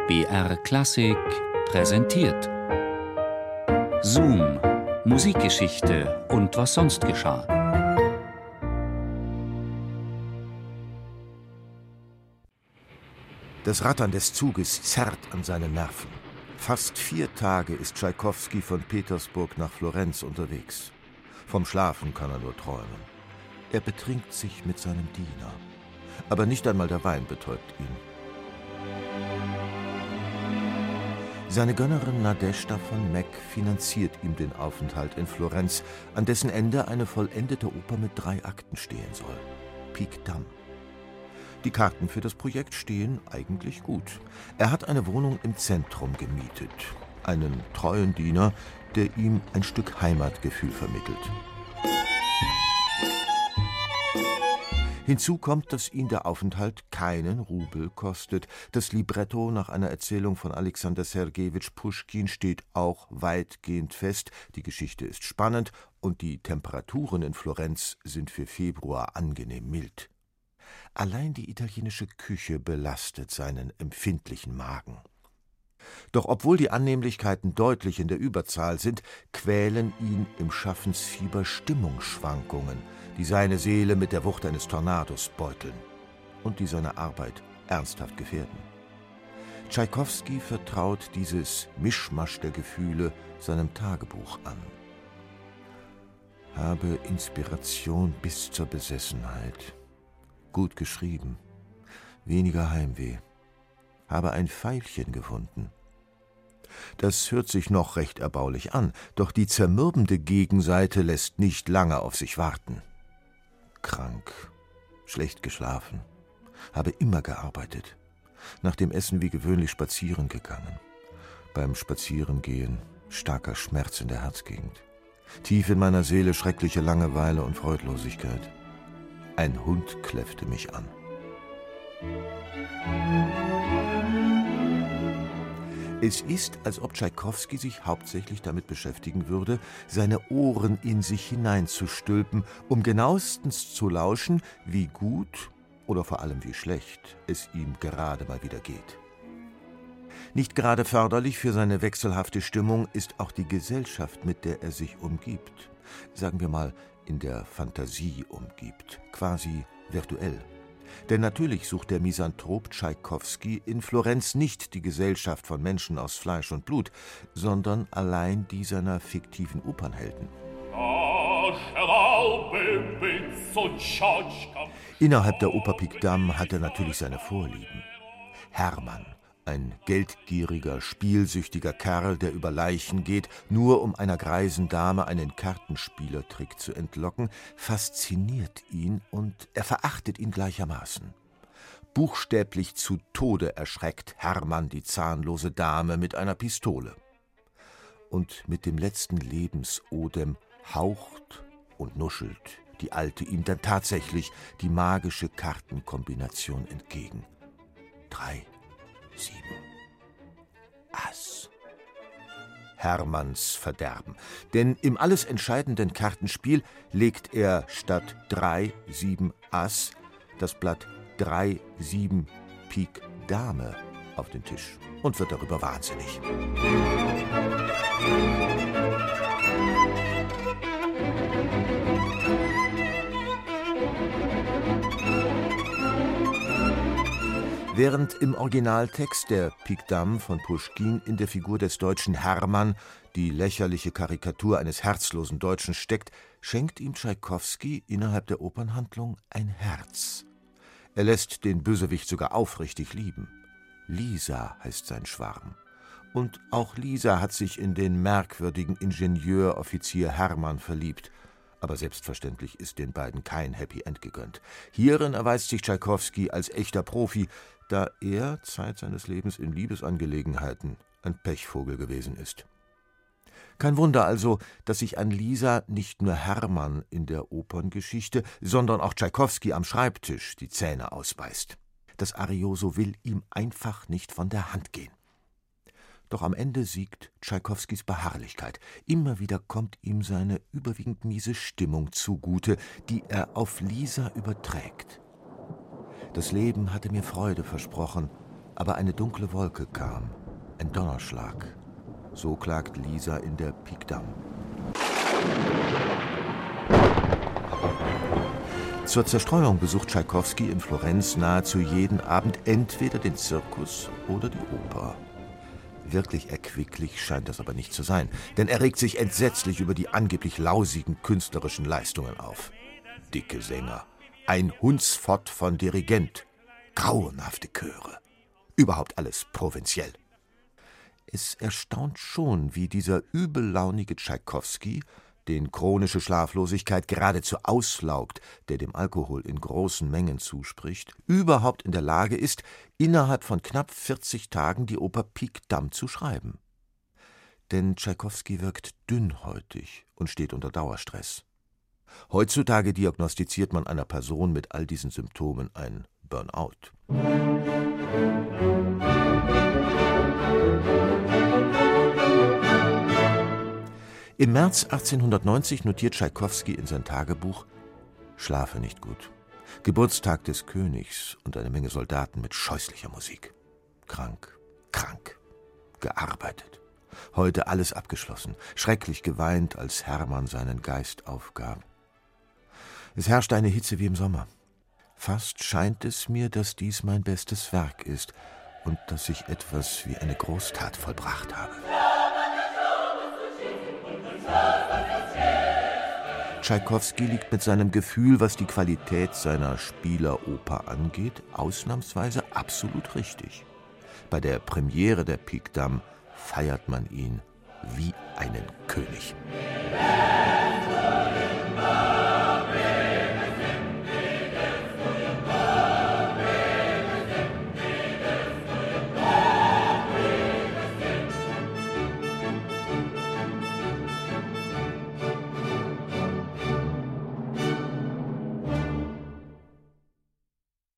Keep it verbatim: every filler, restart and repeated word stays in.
B R Klassik präsentiert Zoom, Musikgeschichte und was sonst geschah. Das Rattern des Zuges zerrt an seinen Nerven. Fast vier Tage ist Tschaikowski von Petersburg nach Florenz unterwegs. Vom Schlafen kann er nur träumen. Er betrinkt sich mit seinem Diener. Aber nicht einmal der Wein betäubt ihn. Seine Gönnerin Nadezhda von Meck finanziert ihm den Aufenthalt in Florenz, an dessen Ende eine vollendete Oper mit drei Akten stehen soll. Pik-Dam. Die Karten für das Projekt stehen eigentlich gut. Er hat eine Wohnung im Zentrum gemietet. Einen treuen Diener, der ihm ein Stück Heimatgefühl vermittelt. Hinzu kommt, dass ihn der Aufenthalt keinen Rubel kostet. Das Libretto nach einer Erzählung von Alexander Sergejewitsch Puschkin steht auch weitgehend fest. Die Geschichte ist spannend und die Temperaturen in Florenz sind für Februar angenehm mild. Allein die italienische Küche belastet seinen empfindlichen Magen. Doch obwohl die Annehmlichkeiten deutlich in der Überzahl sind, quälen ihn im Schaffensfieber Stimmungsschwankungen, die seine Seele mit der Wucht eines Tornados beuteln und die seine Arbeit ernsthaft gefährden. Tschaikowski vertraut dieses Mischmasch der Gefühle seinem Tagebuch an. Habe Inspiration bis zur Besessenheit. Gut geschrieben, weniger Heimweh. Habe ein Veilchen gefunden. Das hört sich noch recht erbaulich an, doch die zermürbende Gegenseite lässt nicht lange auf sich warten. Krank, schlecht geschlafen, habe immer gearbeitet, nach dem Essen wie gewöhnlich spazieren gegangen. Beim Spazierengehen starker Schmerz in der Herzgegend. Tief in meiner Seele schreckliche Langeweile und Freudlosigkeit. Ein Hund kläffte mich an. Es ist, als ob Tschaikowski sich hauptsächlich damit beschäftigen würde, seine Ohren in sich hineinzustülpen, um genauestens zu lauschen, wie gut oder vor allem wie schlecht es ihm gerade mal wieder geht. Nicht gerade förderlich für seine wechselhafte Stimmung ist auch die Gesellschaft, mit der er sich umgibt. Sagen wir mal, in der Fantasie umgibt, quasi virtuell. Denn natürlich sucht der Misanthrop Tschaikowski in Florenz nicht die Gesellschaft von Menschen aus Fleisch und Blut, sondern allein die seiner fiktiven Opernhelden. Innerhalb der Oper Pik-Dam hat er natürlich seine Vorlieben. Hermann, ein geldgieriger, spielsüchtiger Kerl, der über Leichen geht, nur um einer greisen Dame einen Kartenspielertrick zu entlocken, fasziniert ihn und er verachtet ihn gleichermaßen. Buchstäblich zu Tode erschreckt Hermann die zahnlose Dame mit einer Pistole. Und mit dem letzten Lebensodem haucht und nuschelt die Alte ihm dann tatsächlich die magische Kartenkombination entgegen. Drei. Sieben. Ass. Hermanns Verderben. Denn im alles entscheidenden Kartenspiel legt er statt drei, sieben Ass das Blatt drei, sieben Pik Dame auf den Tisch und wird darüber wahnsinnig. Während im Originaltext der Pik-Dam von Puschkin in der Figur des deutschen Hermann die lächerliche Karikatur eines herzlosen Deutschen steckt, schenkt ihm Tschaikowski innerhalb der Opernhandlung ein Herz. Er lässt den Bösewicht sogar aufrichtig lieben. Lisa heißt sein Schwarm. Und auch Lisa hat sich in den merkwürdigen Ingenieuroffizier Hermann verliebt. Aber selbstverständlich ist den beiden kein Happy End gegönnt. Hierin erweist sich Tschaikowski als echter Profi, da er Zeit seines Lebens in Liebesangelegenheiten ein Pechvogel gewesen ist. Kein Wunder also, dass sich an Lisa nicht nur Hermann in der Operngeschichte, sondern auch Tschaikowski am Schreibtisch die Zähne ausbeißt. Das Arioso will ihm einfach nicht von der Hand gehen. Doch am Ende siegt Tschaikowskis Beharrlichkeit. Immer wieder kommt ihm seine überwiegend miese Stimmung zugute, die er auf Lisa überträgt. Das Leben hatte mir Freude versprochen, Aber eine dunkle Wolke kam, ein Donnerschlag. So klagt Lisa in der Pique Dame. Zur Zerstreuung besucht Tschaikowski in Florenz nahezu jeden Abend entweder den Zirkus oder die Oper. Wirklich erquicklich scheint das aber nicht zu sein, denn er regt sich entsetzlich über die angeblich lausigen künstlerischen Leistungen auf. Dicke Sänger, ein Hundsfott von Dirigent, grauenhafte Chöre, überhaupt alles provinziell. Es erstaunt schon, wie dieser übellaunige Tschaikowski den chronische Schlaflosigkeit geradezu auslaugt, der dem Alkohol in großen Mengen zuspricht, überhaupt in der Lage ist, innerhalb von knapp vierzig Tagen die Oper Pique Dame zu schreiben. Denn Tschaikowski wirkt dünnhäutig und steht unter Dauerstress. Heutzutage diagnostiziert man einer Person mit all diesen Symptomen ein Burnout. Im März achtzehnhundertneunzig notiert Tschaikowski in sein Tagebuch: Schlafe nicht gut. Geburtstag des Königs und eine Menge Soldaten mit scheußlicher Musik. Krank, krank. Gearbeitet. Heute alles abgeschlossen. Schrecklich geweint, als Hermann seinen Geist aufgab. Es herrscht eine Hitze wie im Sommer. Fast scheint es mir, dass dies mein bestes Werk ist und dass ich etwas wie eine Großtat vollbracht habe. Tschaikowski liegt mit seinem Gefühl, was die Qualität seiner Spieleroper angeht, ausnahmsweise absolut richtig. Bei der Premiere der Pique Dame feiert man ihn wie einen König.